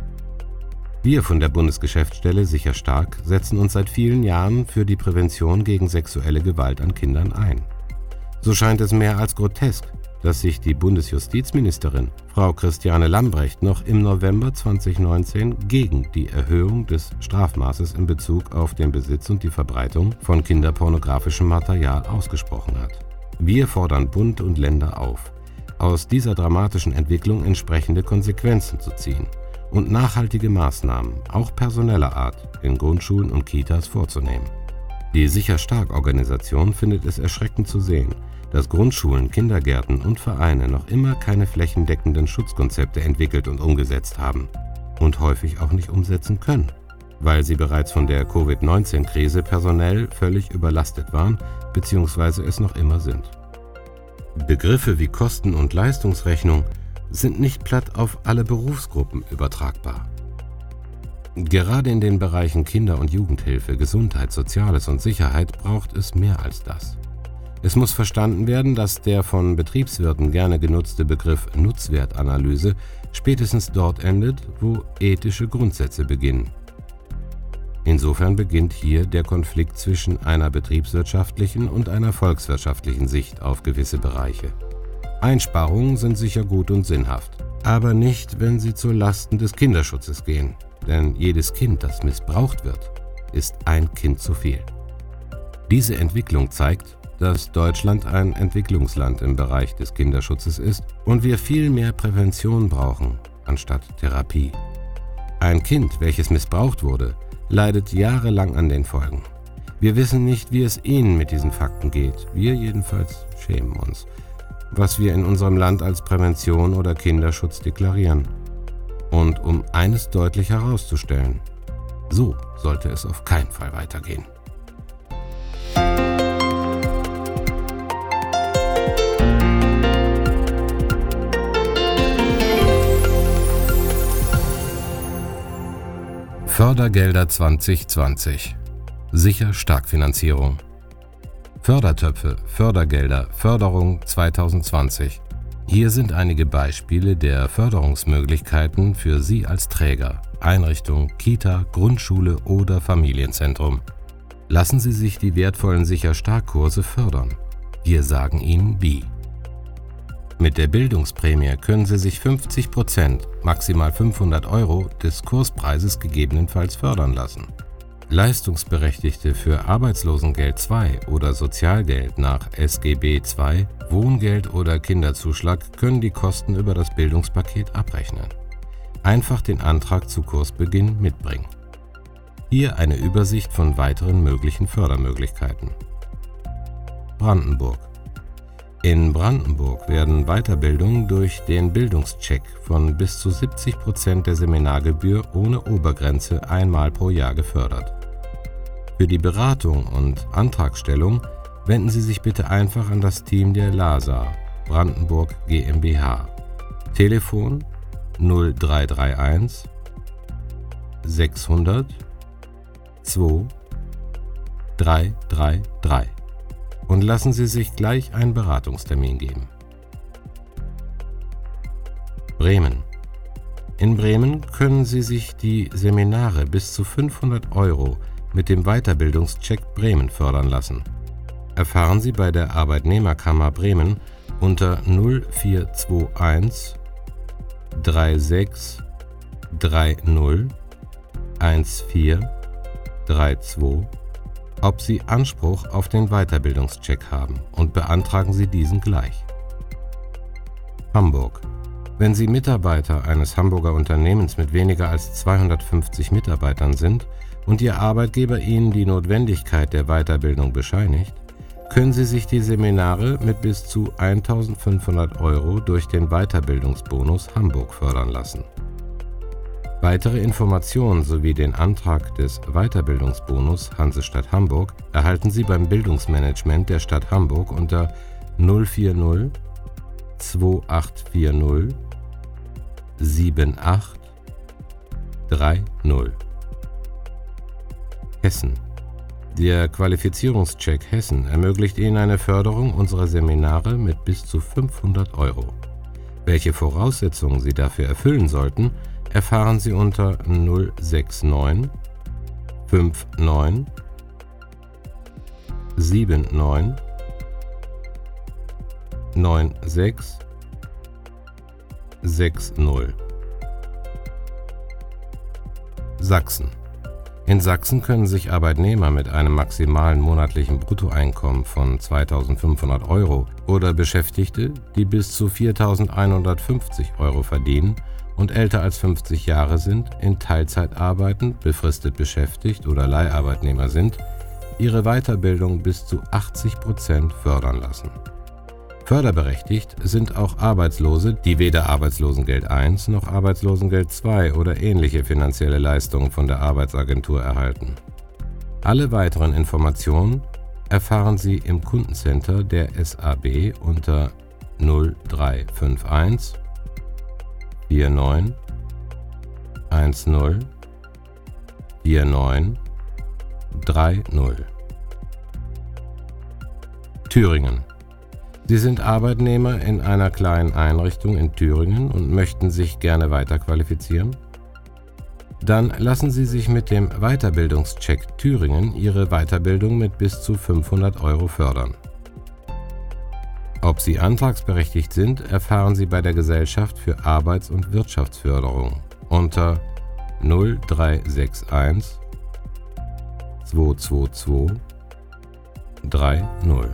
Wir von der Bundesgeschäftsstelle Sicher-Stark setzen uns seit vielen Jahren für die Prävention gegen sexuelle Gewalt an Kindern ein. So scheint es mehr als grotesk, dass sich die Bundesjustizministerin, Frau Christiane Lambrecht, noch im November zwanzig neunzehn gegen die Erhöhung des Strafmaßes in Bezug auf den Besitz und die Verbreitung von kinderpornografischem Material ausgesprochen hat. Wir fordern Bund und Länder auf, aus dieser dramatischen Entwicklung entsprechende Konsequenzen zu ziehen und nachhaltige Maßnahmen, auch personeller Art, in Grundschulen und Kitas vorzunehmen. Die Sicher-Stark-Organisation findet es erschreckend zu sehen, dass Grundschulen, Kindergärten und Vereine noch immer keine flächendeckenden Schutzkonzepte entwickelt und umgesetzt haben und häufig auch nicht umsetzen können, weil sie bereits von der Covid neunzehn Krise personell völlig überlastet waren bzw. es noch immer sind. Begriffe wie Kosten- und Leistungsrechnung sind nicht platt auf alle Berufsgruppen übertragbar. Gerade in den Bereichen Kinder- und Jugendhilfe, Gesundheit, Soziales und Sicherheit braucht es mehr als das. Es muss verstanden werden, dass der von Betriebswirten gerne genutzte Begriff Nutzwertanalyse spätestens dort endet, wo ethische Grundsätze beginnen. Insofern beginnt hier der Konflikt zwischen einer betriebswirtschaftlichen und einer volkswirtschaftlichen Sicht auf gewisse Bereiche. Einsparungen sind sicher gut und sinnhaft, aber nicht, wenn sie zu Lasten des Kinderschutzes gehen, denn jedes Kind, das missbraucht wird, ist ein Kind zu viel. Diese Entwicklung zeigt, dass Deutschland ein Entwicklungsland im Bereich des Kinderschutzes ist und wir viel mehr Prävention brauchen, anstatt Therapie. Ein Kind, welches missbraucht wurde, leidet jahrelang an den Folgen. Wir wissen nicht, wie es Ihnen mit diesen Fakten geht. Wir jedenfalls schämen uns, was wir in unserem Land als Prävention oder Kinderschutz deklarieren. Und um eines deutlich herauszustellen: So sollte es auf keinen Fall weitergehen. Fördergelder zwanzig zwanzig. Sicher Starkfinanzierung. Fördertöpfe, Fördergelder, Förderung zwanzig zwanzig. Hier sind einige Beispiele der Förderungsmöglichkeiten für Sie als Träger, Einrichtung, Kita, Grundschule oder Familienzentrum. Lassen Sie sich die wertvollen Sicher-Stark-Kurse fördern. Wir sagen Ihnen wie. Mit der Bildungsprämie können Sie sich fünfzig Prozent, maximal fünfhundert Euro, des Kurspreises gegebenenfalls fördern lassen. Leistungsberechtigte für Arbeitslosengeld zwei oder Sozialgeld nach S G B zwei, Wohngeld oder Kinderzuschlag können die Kosten über das Bildungspaket abrechnen. Einfach den Antrag zu Kursbeginn mitbringen. Hier eine Übersicht von weiteren möglichen Fördermöglichkeiten. Brandenburg. In Brandenburg werden Weiterbildungen durch den Bildungscheck von bis zu siebzig Prozent der Seminargebühr ohne Obergrenze einmal pro Jahr gefördert. Für die Beratung und Antragstellung wenden Sie sich bitte einfach an das Team der LASA Brandenburg GmbH. Telefon null drei drei eins sechshundert zwei drei drei drei und lassen Sie sich gleich einen Beratungstermin geben. Bremen. In Bremen können Sie sich die Seminare bis zu fünfhundert Euro mit dem Weiterbildungscheck Bremen fördern lassen. Erfahren Sie bei der Arbeitnehmerkammer Bremen unter null vier zwei eins drei sechs drei null eins vier drei zwei, ob Sie Anspruch auf den Weiterbildungscheck haben und beantragen Sie diesen gleich. Hamburg. Wenn Sie Mitarbeiter eines Hamburger Unternehmens mit weniger als zweihundertfünfzig Mitarbeitern sind und Ihr Arbeitgeber Ihnen die Notwendigkeit der Weiterbildung bescheinigt, können Sie sich die Seminare mit bis zu eintausendfünfhundert Euro durch den Weiterbildungsbonus Hamburg fördern lassen. Weitere Informationen sowie den Antrag des Weiterbildungsbonus Hansestadt Hamburg erhalten Sie beim Bildungsmanagement der Stadt Hamburg unter null vier null zwei acht vier null sieben acht drei null. Hessen. Der Qualifizierungscheck Hessen ermöglicht Ihnen eine Förderung unserer Seminare mit bis zu fünfhundert Euro. Welche Voraussetzungen Sie dafür erfüllen sollten, erfahren Sie unter null sechs neun fünf neun sieben neun neun sechs sechs null. Sachsen. In Sachsen können sich Arbeitnehmer mit einem maximalen monatlichen Bruttoeinkommen von zweitausendfünfhundert Euro oder Beschäftigte, die bis zu viertausendeinhundertfünfzig Euro verdienen und älter als fünfzig Jahre sind, in Teilzeit arbeiten, befristet beschäftigt oder Leiharbeitnehmer sind, ihre Weiterbildung bis zu achtzig Prozent fördern lassen. Förderberechtigt sind auch Arbeitslose, die weder Arbeitslosengeld eins noch Arbeitslosengeld zwei oder ähnliche finanzielle Leistungen von der Arbeitsagentur erhalten. Alle weiteren Informationen erfahren Sie im Kundencenter der S A B unter null drei fünf eins vier neun eins null vier neun drei null. Thüringen. Sie sind Arbeitnehmer in einer kleinen Einrichtung in Thüringen und möchten sich gerne weiterqualifizieren? Dann lassen Sie sich mit dem Weiterbildungscheck Thüringen Ihre Weiterbildung mit bis zu fünfhundert Euro fördern. Ob Sie antragsberechtigt sind, erfahren Sie bei der Gesellschaft für Arbeits- und Wirtschaftsförderung unter null drei sechs eins zwei zwei zwei drei null.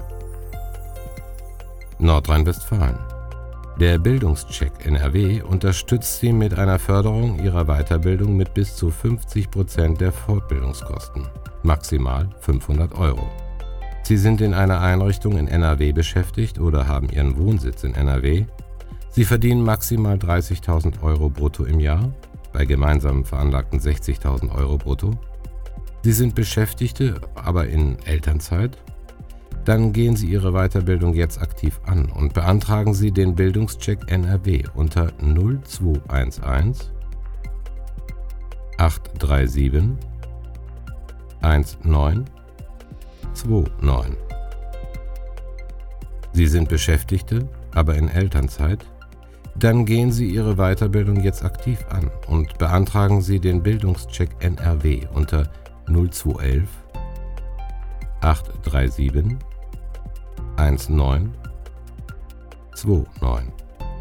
Nordrhein-Westfalen. Der Bildungscheck N R W unterstützt Sie mit einer Förderung Ihrer Weiterbildung mit bis zu fünfzig Prozent der Fortbildungskosten, maximal fünfhundert Euro. Sie sind in einer Einrichtung in N R W beschäftigt oder haben Ihren Wohnsitz in N R W. Sie verdienen maximal dreißigtausend Euro brutto im Jahr, bei gemeinsam veranlagten sechzigtausend Euro brutto. Sie sind Beschäftigte, aber in Elternzeit. Dann gehen Sie Ihre Weiterbildung jetzt aktiv an und beantragen Sie den Bildungscheck N R W unter null zwei eins eins acht drei sieben eins neun zwei neun. Sie sind Beschäftigte, aber in Elternzeit? Dann gehen Sie Ihre Weiterbildung jetzt aktiv an und beantragen Sie den Bildungscheck N R W unter null zwei eins eins acht drei sieben eins neun zwei neun.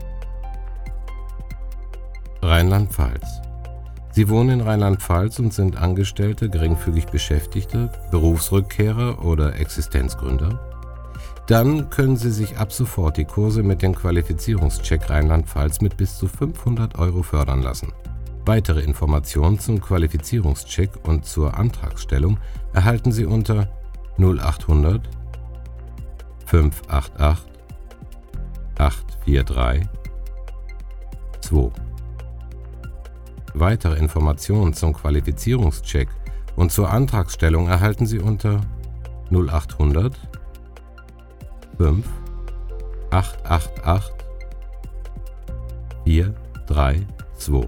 Rheinland-Pfalz. Sie wohnen in Rheinland-Pfalz und sind Angestellte, geringfügig Beschäftigte, Berufsrückkehrer oder Existenzgründer? Dann können Sie sich ab sofort die Kurse mit dem Qualifizierungscheck Rheinland-Pfalz mit bis zu fünfhundert Euro fördern lassen. Weitere Informationen zum Qualifizierungscheck und zur Antragstellung erhalten Sie unter null achthundert fünf acht acht acht vier drei zwei. Weitere Informationen zum Qualifizierungscheck und zur Antragstellung erhalten Sie unter null achthundert fünf acht acht acht vier drei zwei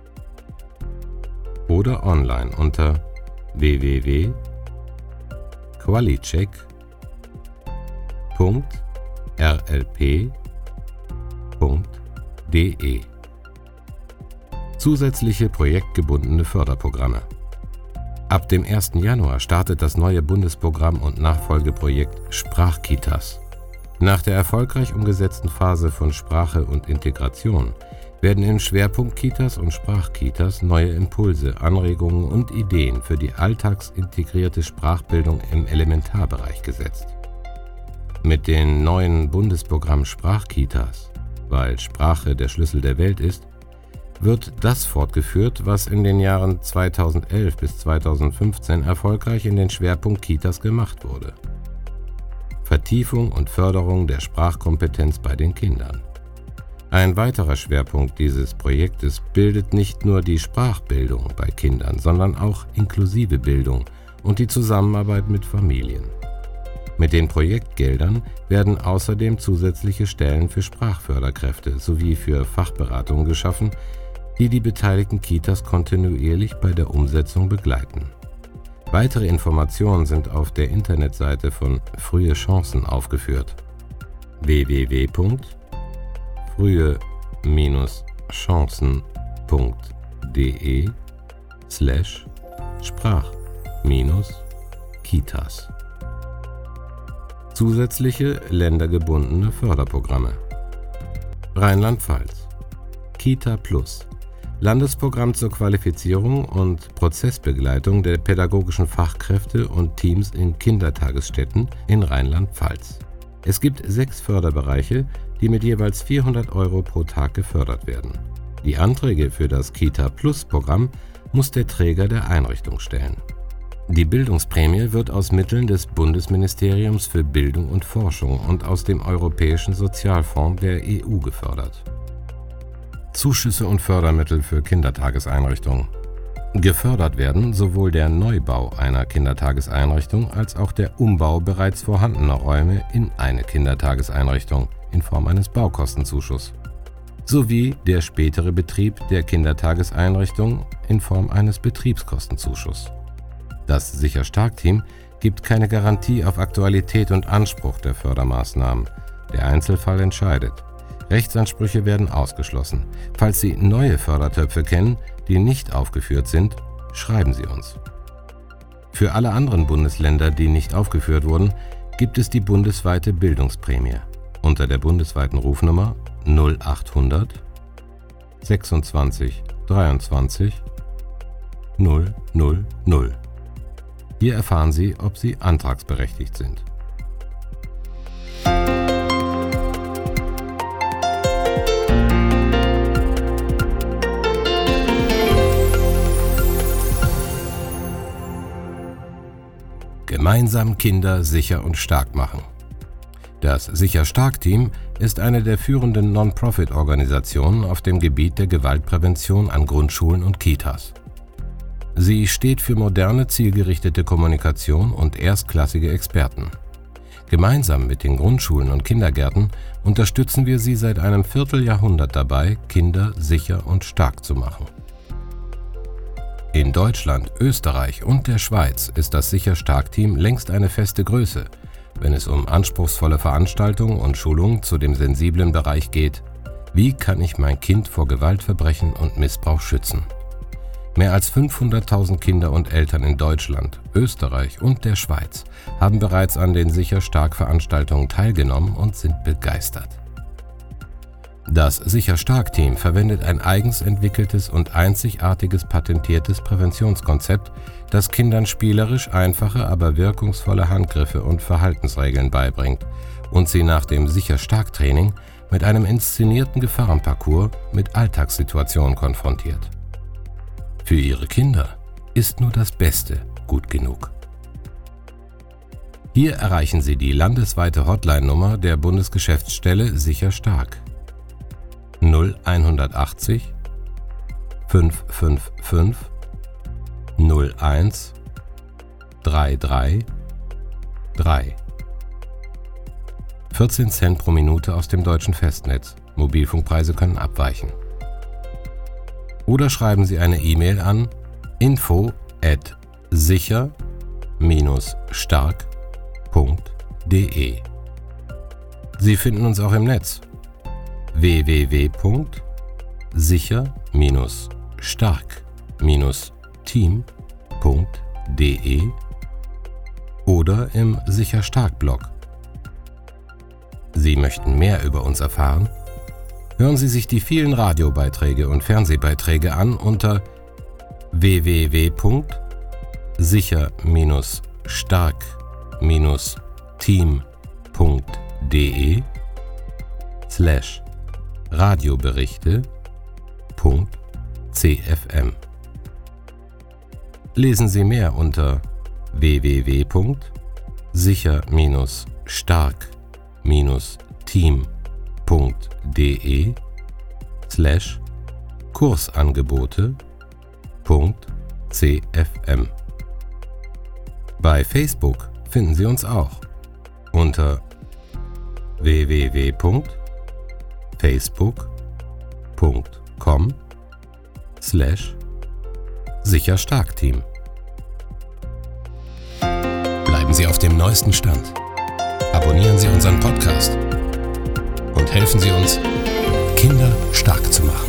oder online unter w w w punkt qualicheck punkt r l p punkt d e. Zusätzliche projektgebundene Förderprogramme. Ab dem ersten Januar startet das neue Bundesprogramm und Nachfolgeprojekt Sprachkitas. Nach der erfolgreich umgesetzten Phase von Sprache und Integration werden in Schwerpunktkitas und Sprachkitas neue Impulse, Anregungen und Ideen für die alltagsintegrierte Sprachbildung im Elementarbereich gesetzt. Mit dem neuen Bundesprogramm Sprachkitas, weil Sprache der Schlüssel der Welt ist, wird das fortgeführt, was in den Jahren zweitausendelf bis zweitausendfünfzehn erfolgreich in den Schwerpunktkitas gemacht wurde. Vertiefung und Förderung der Sprachkompetenz bei den Kindern. Ein weiterer Schwerpunkt dieses Projektes bildet nicht nur die Sprachbildung bei Kindern, sondern auch inklusive Bildung und die Zusammenarbeit mit Familien. Mit den Projektgeldern werden außerdem zusätzliche Stellen für Sprachförderkräfte sowie für Fachberatungen geschaffen, die die beteiligten Kitas kontinuierlich bei der Umsetzung begleiten. Weitere Informationen sind auf der Internetseite von Frühe Chancen aufgeführt: w w w punkt frühe chancen punkt d e slash sprach Kitas. Zusätzliche ländergebundene Förderprogramme. Rheinland-Pfalz. Kita Plus. Landesprogramm zur Qualifizierung und Prozessbegleitung der pädagogischen Fachkräfte und Teams in Kindertagesstätten in Rheinland-Pfalz. Es gibt sechs Förderbereiche, die mit jeweils vierhundert Euro pro Tag gefördert werden. Die Anträge für das Kita Plus Programm muss der Träger der Einrichtung stellen. Die Bildungsprämie wird aus Mitteln des Bundesministeriums für Bildung und Forschung und aus dem Europäischen Sozialfonds der E U gefördert. Zuschüsse und Fördermittel für Kindertageseinrichtungen. Gefördert werden sowohl der Neubau einer Kindertageseinrichtung als auch der Umbau bereits vorhandener Räume in eine Kindertageseinrichtung in Form eines Baukostenzuschuss, sowie der spätere Betrieb der Kindertageseinrichtung in Form eines Betriebskostenzuschusses. Das Sicher-Stark-Team gibt keine Garantie auf Aktualität und Anspruch der Fördermaßnahmen. Der Einzelfall entscheidet. Rechtsansprüche werden ausgeschlossen. Falls Sie neue Fördertöpfe kennen, die nicht aufgeführt sind, schreiben Sie uns. Für alle anderen Bundesländer, die nicht aufgeführt wurden, gibt es die bundesweite Bildungsprämie unter der bundesweiten Rufnummer null achthundert sechsundzwanzig dreiundzwanzig null null null. Hier erfahren Sie, ob Sie antragsberechtigt sind. Gemeinsam Kinder sicher und stark machen. Das Sicher-Stark-Team ist eine der führenden Non-Profit-Organisationen auf dem Gebiet der Gewaltprävention an Grundschulen und Kitas. Sie steht für moderne, zielgerichtete Kommunikation und erstklassige Experten. Gemeinsam mit den Grundschulen und Kindergärten unterstützen wir sie seit einem Vierteljahrhundert dabei, Kinder sicher und stark zu machen. In Deutschland, Österreich und der Schweiz ist das Sicher-Stark-Team längst eine feste Größe, wenn es um anspruchsvolle Veranstaltungen und Schulungen zu dem sensiblen Bereich geht: Wie kann ich mein Kind vor Gewaltverbrechen und Missbrauch schützen? Mehr als fünfhunderttausend Kinder und Eltern in Deutschland, Österreich und der Schweiz haben bereits an den Sicher-Stark-Veranstaltungen teilgenommen und sind begeistert. Das Sicher-Stark-Team verwendet ein eigens entwickeltes und einzigartiges patentiertes Präventionskonzept, das Kindern spielerisch einfache, aber wirkungsvolle Handgriffe und Verhaltensregeln beibringt und sie nach dem Sicher-Stark-Training mit einem inszenierten Gefahrenparcours mit Alltagssituationen konfrontiert. Für Ihre Kinder ist nur das Beste gut genug. Hier erreichen Sie die landesweite Hotline-Nummer der Bundesgeschäftsstelle Sicher-Stark null einhundertachtzig fünf fünf fünf null eins drei drei drei. vierzehn Cent pro Minute aus dem deutschen Festnetz. Mobilfunkpreise können abweichen. Oder schreiben Sie eine E-Mail an info at sicher stark punkt de. Sie finden uns auch im Netz w w w punkt sicher stark team punkt de oder im Sicher-Stark-Blog. Sie möchten mehr über uns erfahren? Hören Sie sich die vielen Radiobeiträge und Fernsehbeiträge an unter w w w punkt sicher stark team punkt de slash radioberichte punkt c f m. Lesen Sie mehr unter w w w punkt sicher stark team punkt de slash kursangebote punkt c f m. Bei Facebook finden Sie uns auch unter w w w punkt facebook punkt com slash Sicher-Stark-Team. Bleiben Sie auf dem neuesten Stand. Abonnieren Sie unseren Podcast und helfen Sie uns, Kinder stark zu machen.